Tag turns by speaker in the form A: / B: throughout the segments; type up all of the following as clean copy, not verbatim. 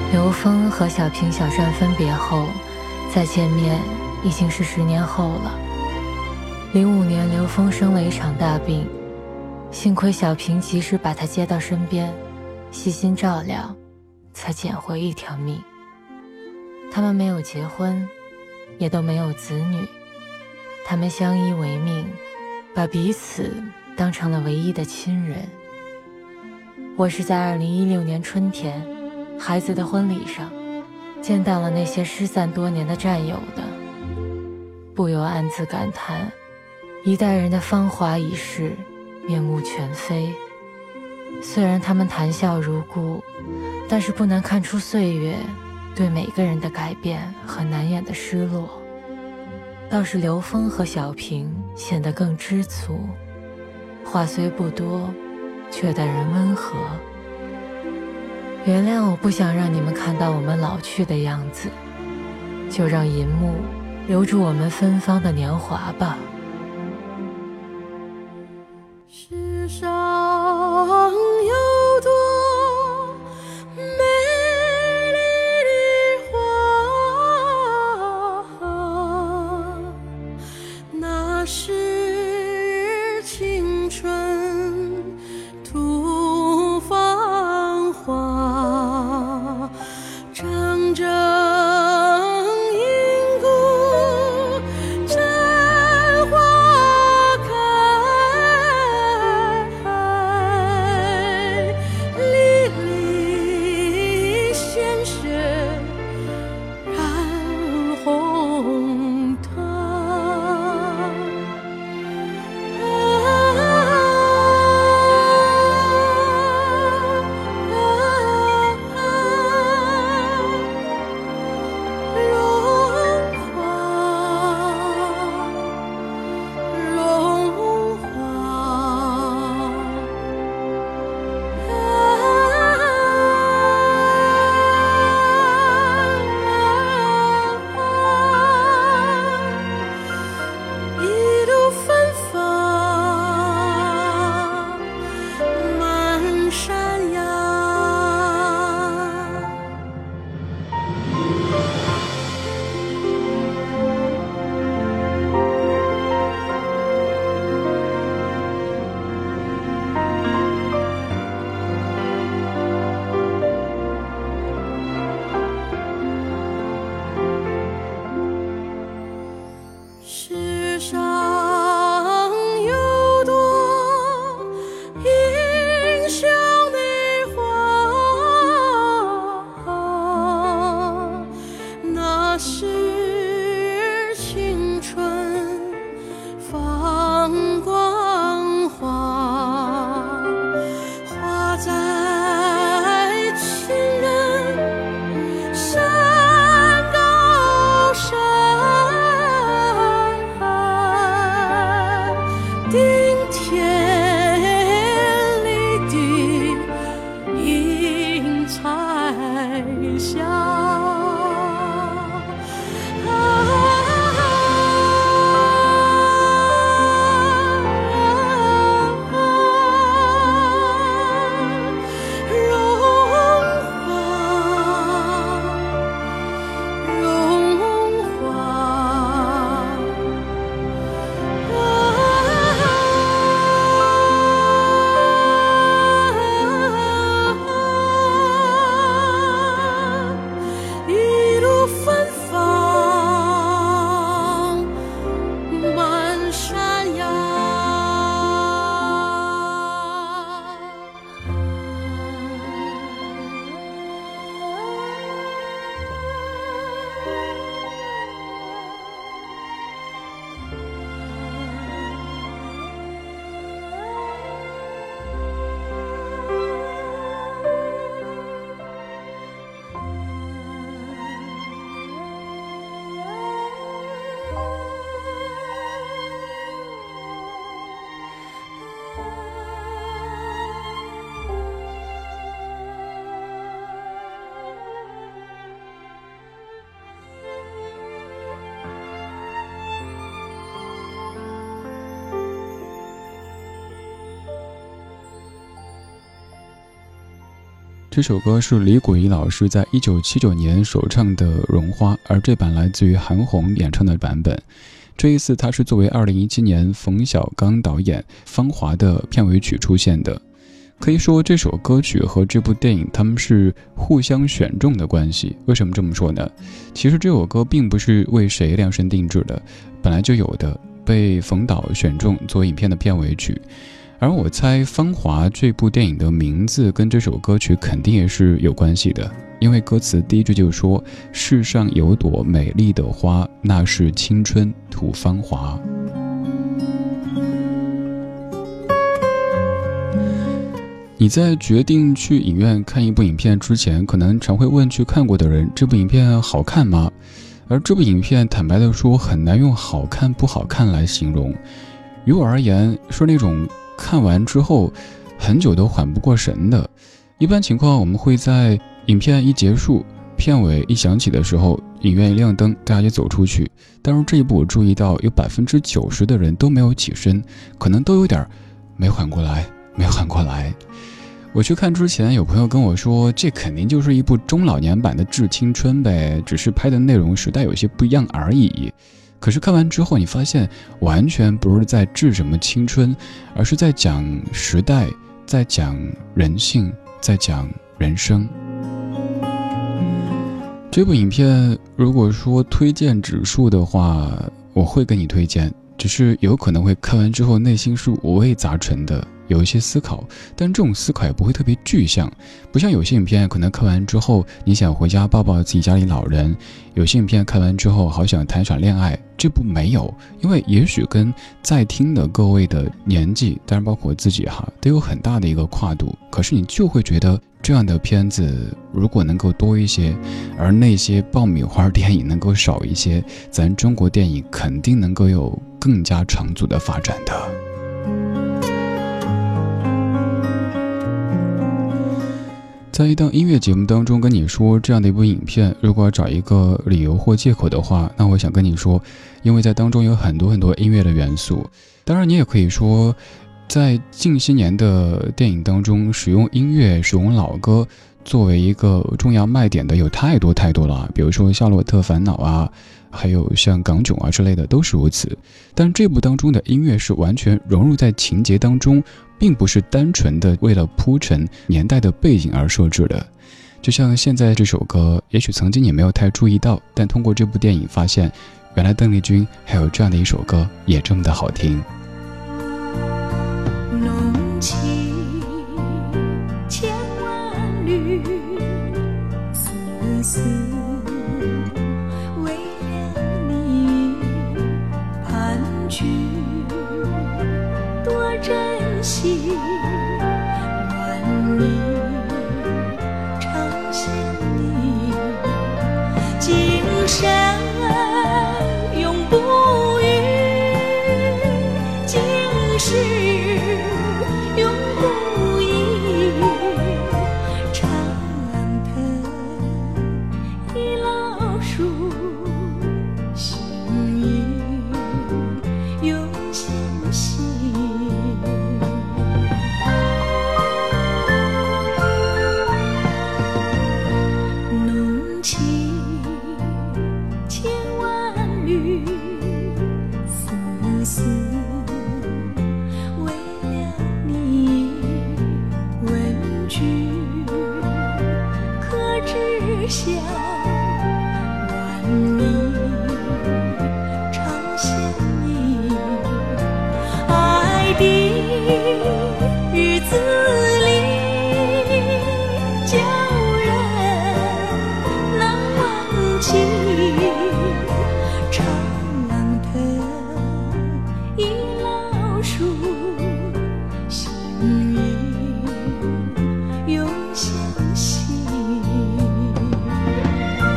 A: 刘峰和小平、小善分别后，再见面已经是10年后了。05年，刘峰生了一场大病，幸亏小平及时把他接到身边，细心照料，才捡回一条命。他们没有结婚，也都没有子女，他们相依为命，把彼此当成了唯一的亲人。我是在2016年春天孩子的婚礼上见到了那些失散多年的战友的，不由暗自感叹，一代人的芳华已逝，面目全非。虽然他们谈笑如故，但是不难看出岁月对每个人的改变和难掩的失落。倒是刘峰和小平显得更知足，话虽不多，却待人温和。原谅我不想让你们看到我们老去的样子，就让银幕留住我们芬芳的年华吧。
B: 世上有多美丽的花，那是青春吐芳华，长征银谷战
C: 这首歌是李谷一老师在1979年首唱的《绒花》，而这版来自于韩红演唱的版本。这一次他是作为2017年冯小刚导演《芳华》的片尾曲出现的。可以说这首歌曲和这部电影他们是互相选中的关系。为什么这么说呢？其实这首歌并不是为谁量身定制的，本来就有的，被冯导选中作为影片的片尾曲。而我猜《芳华》这部电影的名字跟这首歌曲肯定也是有关系的，因为歌词第一句就说世上有朵美丽的花，那是青春吐芳华。你在决定去影院看一部影片之前，可能常会问去看过的人，这部影片好看吗？而这部影片坦白的说很难用好看不好看来形容，于我而言是那种看完之后很久都缓不过神的。一般情况我们会在影片一结束，片尾一响起的时候，影院一亮灯，大家就走出去。但是这一步我注意到有90%的人都没有起身，可能都有点没缓过来。我去看之前，有朋友跟我说，这肯定就是一部中老年版的致青春呗，只是拍的内容时代有些不一样而已。可是看完之后，你发现完全不是在致什么青春，而是在讲时代，在讲人性，在讲人生。这部影片如果说推荐指数的话，我会跟你推荐，只是有可能会看完之后内心是五味杂陈的，有一些思考，但这种思考也不会特别具象，不像有些影片可能看完之后你想回家抱抱自己家里老人，有些影片看完之后好想谈场恋爱，这部没有，因为也许跟在听的各位的年纪，当然包括自己都有很大的一个跨度，可是你就会觉得这样的片子如果能够多一些，而那些爆米花电影能够少一些，咱中国电影肯定能够有更加长足的发展的。在一档音乐节目当中跟你说这样的一部影片，如果要找一个理由或借口的话，那我想跟你说，因为在当中有很多音乐的元素。当然你也可以说，在近些年的电影当中，使用音乐使用老歌作为一个重要卖点的有太多了，比如说夏洛特烦恼还有像港囧之类的都是如此。但这部当中的音乐是完全融入在情节当中，并不是单纯的为了铺陈年代的背景而设置的。就像现在这首歌，也许曾经也没有太注意到，但通过这部电影发现，原来邓丽君还有这样的一首歌也这么的好听。
B: 浓情千万缕，丝丝为了你盘踞，多珍惜万里长相你，今生永不渝，今世永不移，长藤一老树，心意永相惜。浓情千万缕，丝丝为了你问句，可知晓万里长相依，爱的日子里叫人难忘记，长藤一老树，心意永相惜。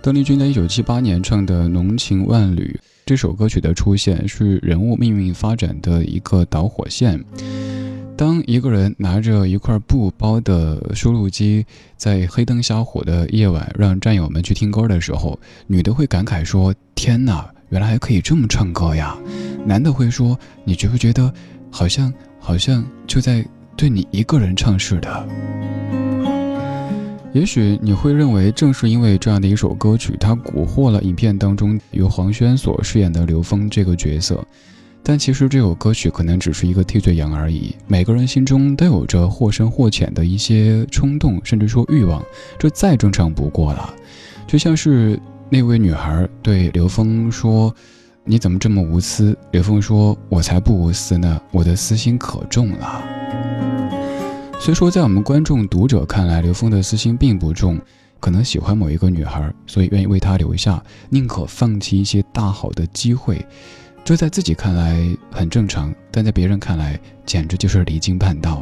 C: 邓丽君在1978年唱的《浓情万缕》，这首歌曲的出现是人物命运发展的一个导火线。当一个人拿着一块布包的收录机，在黑灯瞎火的夜晚让战友们去听歌的时候，女的会感慨说：天哪，原来还可以这么唱歌呀。男的会说：你觉不觉得好像就在对你一个人唱似的。也许你会认为正是因为这样的一首歌曲，它蛊惑了影片当中由黄轩所饰演的刘峰这个角色，但其实这首歌曲可能只是一个替罪羊而已。每个人心中都有着或深或浅的一些冲动，甚至说欲望，这再正常不过了。就像是那位女孩对刘峰说：你怎么这么无私？刘峰说：我才不无私呢，我的私心可重了。虽说在我们观众读者看来，刘峰的私心并不重，可能喜欢某一个女孩，所以愿意为她留下，宁可放弃一些大好的机会。这在自己看来很正常，但在别人看来简直就是离经叛道。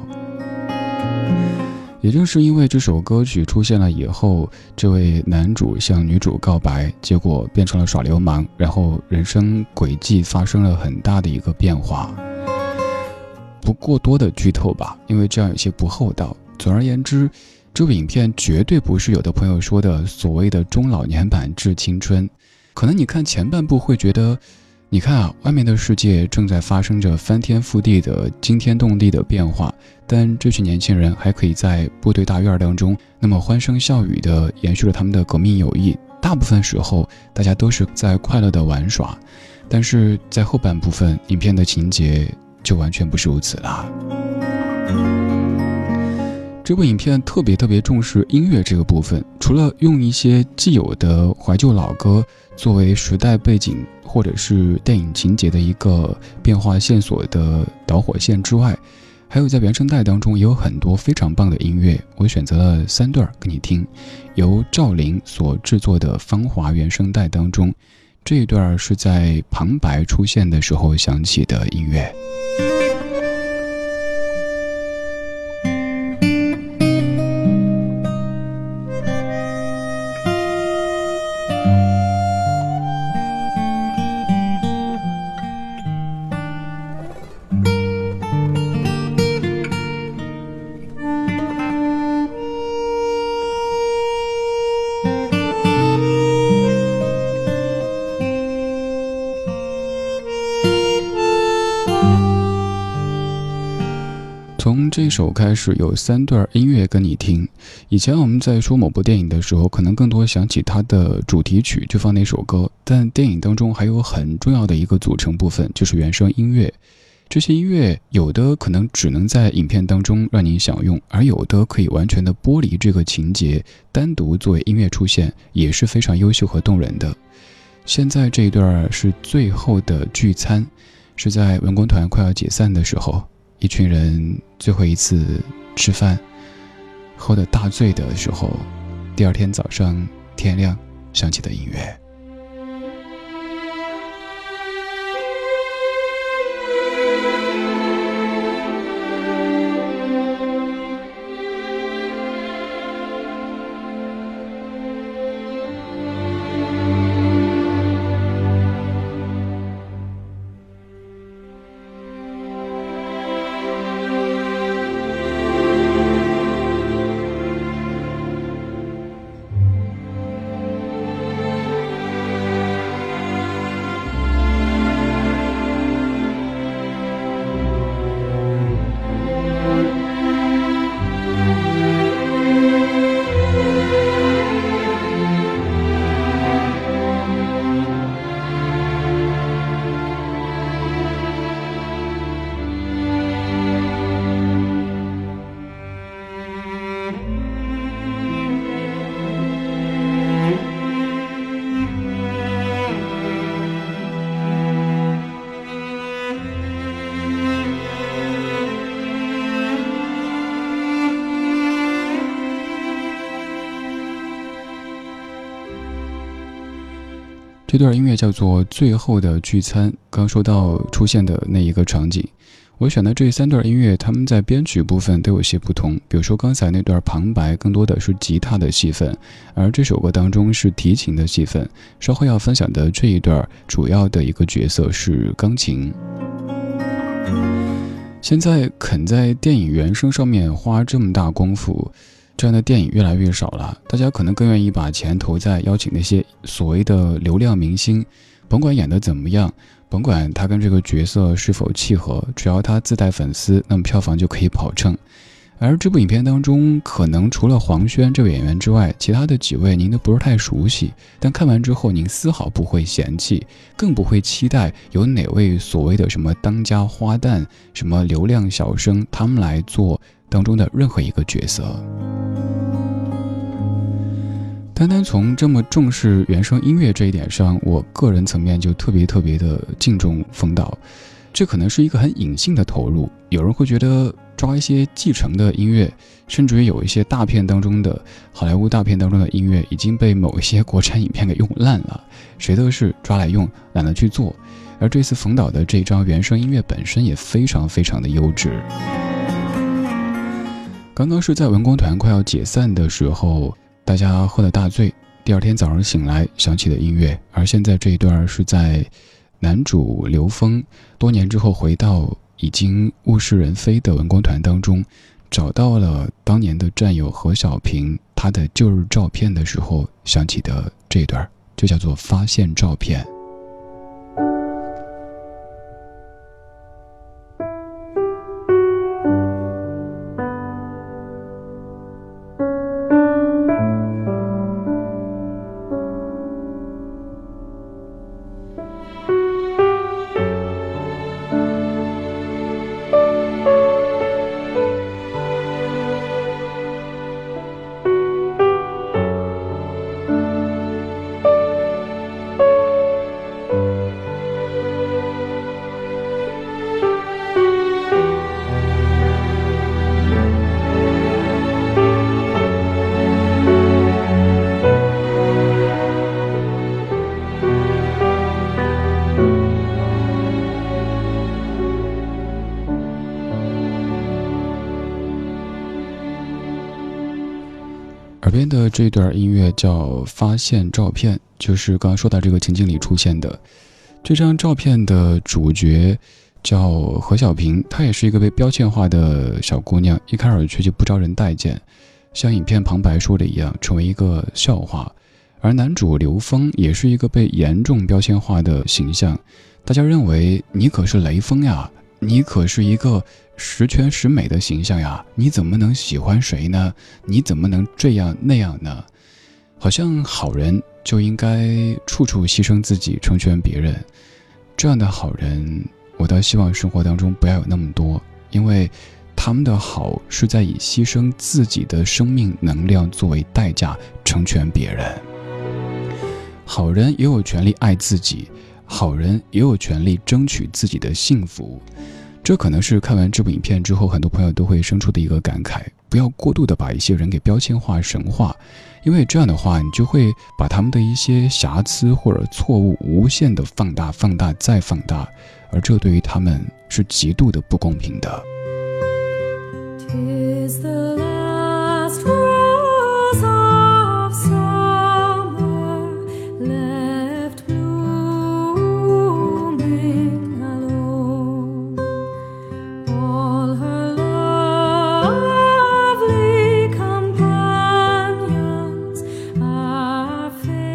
C: 也正是因为这首歌曲出现了以后，这位男主向女主告白，结果变成了耍流氓，然后人生轨迹发生了很大的一个变化。不过多的剧透吧，因为这样有些不厚道。总而言之，这部影片绝对不是有的朋友说的所谓的中老年版致青春。可能你看前半部会觉得，你看啊，外面的世界正在发生着翻天覆地的惊天动地的变化，但这群年轻人还可以在部队大院当中那么欢声笑语地延续了他们的革命友谊，大部分时候大家都是在快乐地玩耍。但是在后半部分，影片的情节就完全不是如此啦。这部影片特别重视音乐这个部分，除了用一些既有的怀旧老歌作为时代背景或者是电影情节的一个变化线索的导火线之外，还有在原声带当中也有很多非常棒的音乐。我选择了3段给你听，由赵琳所制作的《芳华》原声带当中，这一段是在旁白出现的时候响起的音乐。从这首开始有3段音乐跟你听。以前我们在说某部电影的时候，可能更多想起它的主题曲，就放那首歌，但电影当中还有很重要的一个组成部分，就是原声音乐。这些音乐有的可能只能在影片当中让你享用，而有的可以完全的剥离这个情节，单独作为音乐出现，也是非常优秀和动人的。现在这一段是最后的聚餐，是在文工团快要解散的时候，一群人最后一次吃饭，喝得大醉的时候，第二天早上天亮响起的音乐。这段音乐叫做《最后的聚餐》。刚说到出现的那一个场景， 我选的这3段音乐，他们在编曲部分都有些不同。比如说刚才那段旁白更多的是吉他的戏份，而这首歌当中是提琴的戏份。稍后要分享的这一段主要的一个角色是钢琴。现在肯在电影原声上面花这么大功夫，这样的电影越来越少了，大家可能更愿意把钱投在邀请那些所谓的流量明星，甭管演得怎么样，甭管他跟这个角色是否契合，只要他自带粉丝，那么票房就可以保证。而这部影片当中，可能除了黄轩这位演员之外，其他的几位您都不是太熟悉，但看完之后您丝毫不会嫌弃，更不会期待有哪位所谓的什么当家花旦、什么流量小生他们来做当中的任何一个角色。单单从这么重视原声音乐这一点上，我个人层面就特别的敬重冯导。这可能是一个很隐性的投入，有人会觉得抓一些继承的音乐，甚至于有一些大片当中的好莱坞大片当中的音乐已经被某一些国产影片给用烂了，谁都是抓来用，懒得去做。而这次冯导的这张原声音乐本身也非常的优质。刚刚是在文工团快要解散的时候，大家喝了大醉，第二天早上醒来响起的音乐，而现在这一段是在男主刘峰多年之后回到已经物是人非的文工团当中，找到了当年的战友何小平他的旧日照片的时候响起的这一段，就叫做发现照片。耳边的这段音乐叫发现照片，就是刚刚说到这个情景里出现的。这张照片的主角叫何小平，她也是一个被标签化的小姑娘，一开始却就不招人待见，像影片旁白说的一样，成为一个笑话。而男主刘峰也是一个被严重标签化的形象，大家认为你可是雷锋呀，你可是一个十全十美的形象呀，你怎么能喜欢谁呢？你怎么能这样那样呢？好像好人就应该处处牺牲自己成全别人，这样的好人我倒希望生活当中不要有那么多，因为他们的好是在以牺牲自己的生命能量作为代价成全别人。好人也有权利爱自己，好人也有权利争取自己的幸福。这可能是看完这部影片之后很多朋友都会生出的一个感慨，不要过度的把一些人给标签化神化，因为这样的话你就会把他们的一些瑕疵或者错误无限的放大再放大，而这对于他们是极度的不公平的。
B: 'Tis the last rose of summer left blooming alone. All her lovely companions are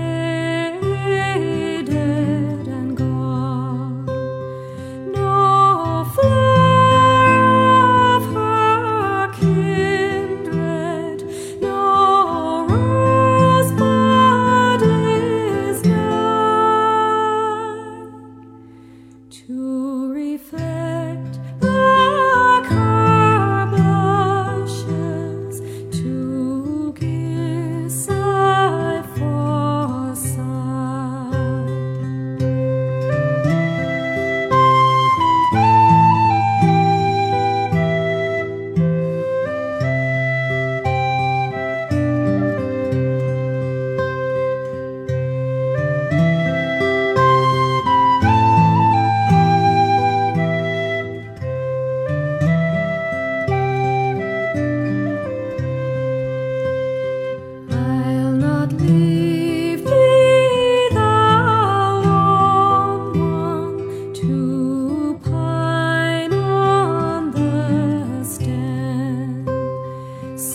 B: faded and gone. No flower of her kiss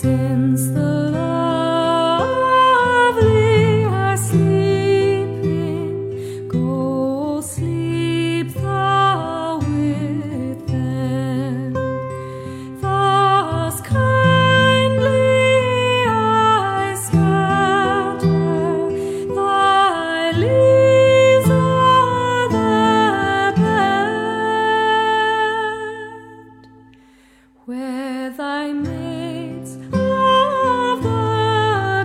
B: Since the lovely are sleeping, go sleep thou with them. Thus kindly I scatter thy leaves o'er the bed, where thy mates of the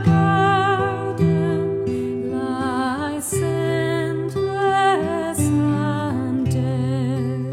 B: garden lie scentless and dead.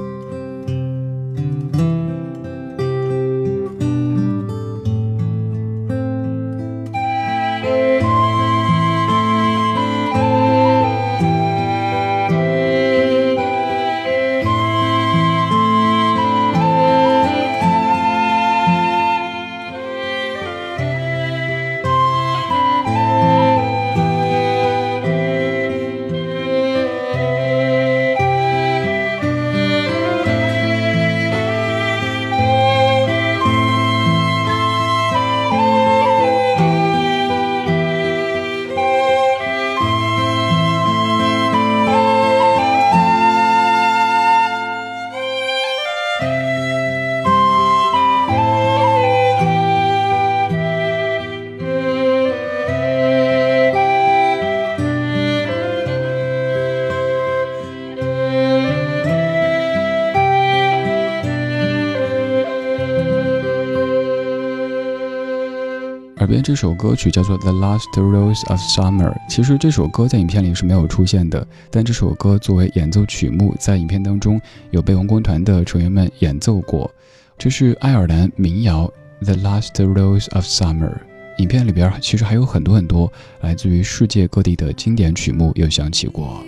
C: 耳边这首歌曲叫做《The Last Rose of Summer》，其实这首歌在影片里是没有出现的，但这首歌作为演奏曲目，在影片当中有被文工团的成员们演奏过。这是爱尔兰民谣《The Last Rose of Summer》。影片里边其实还有很多来自于世界各地的经典曲目有响起过。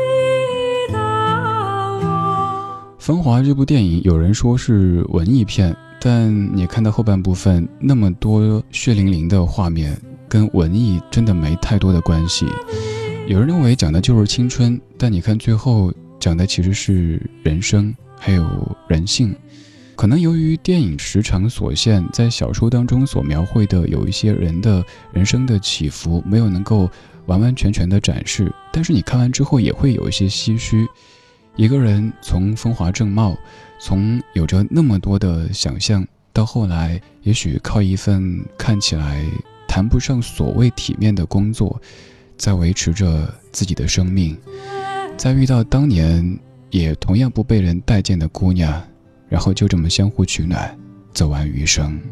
C: 芳华这部电影有人说是文艺片，但你看到后半部分那么多血淋淋的画面，跟文艺真的没太多的关系。有人认为讲的就是青春，但你看最后讲的其实是人生还有人性。可能由于电影时长所限，在小说当中所描绘的有一些人的人生的起伏没有能够完完全全的展示，但是你看完之后也会有一些唏嘘。一个人从风华正茂，从有着那么多的想象，到后来也许靠一份看起来谈不上所谓体面的工作，在维持着自己的生命，在遇到当年也同样不被人待见的姑娘，然后就这么相互取暖，走完余生。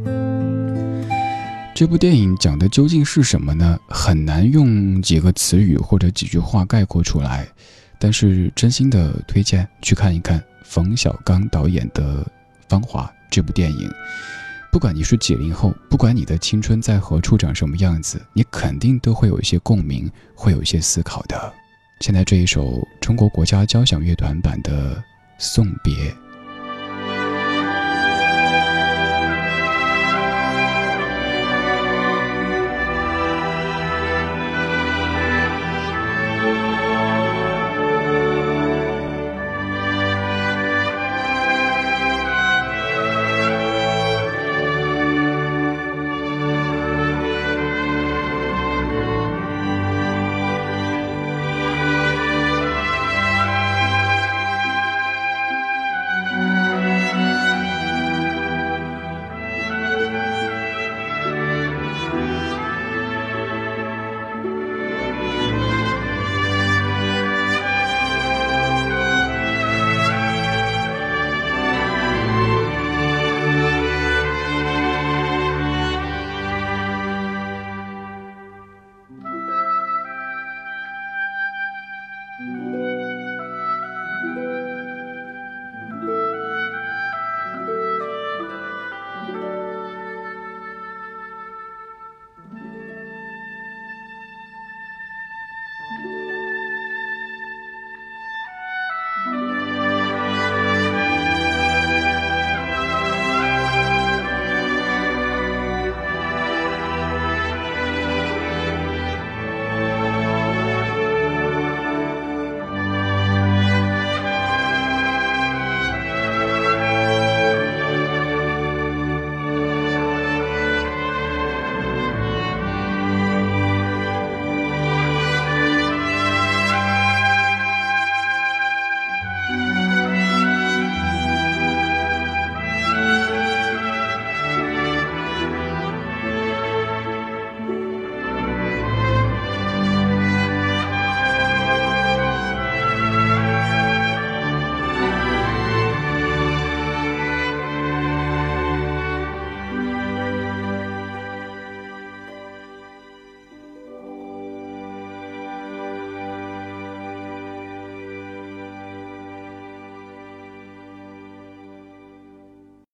C: 这部电影讲的究竟是什么呢？很难用几个词语或者几句话概括出来，但是真心的推荐去看一看冯小刚导演的《芳华》这部电影。不管你是90后，不管你的青春在何处长什么样子，你肯定都会有一些共鸣，会有一些思考的。现在这一首中国国家交响乐团版的《送别》。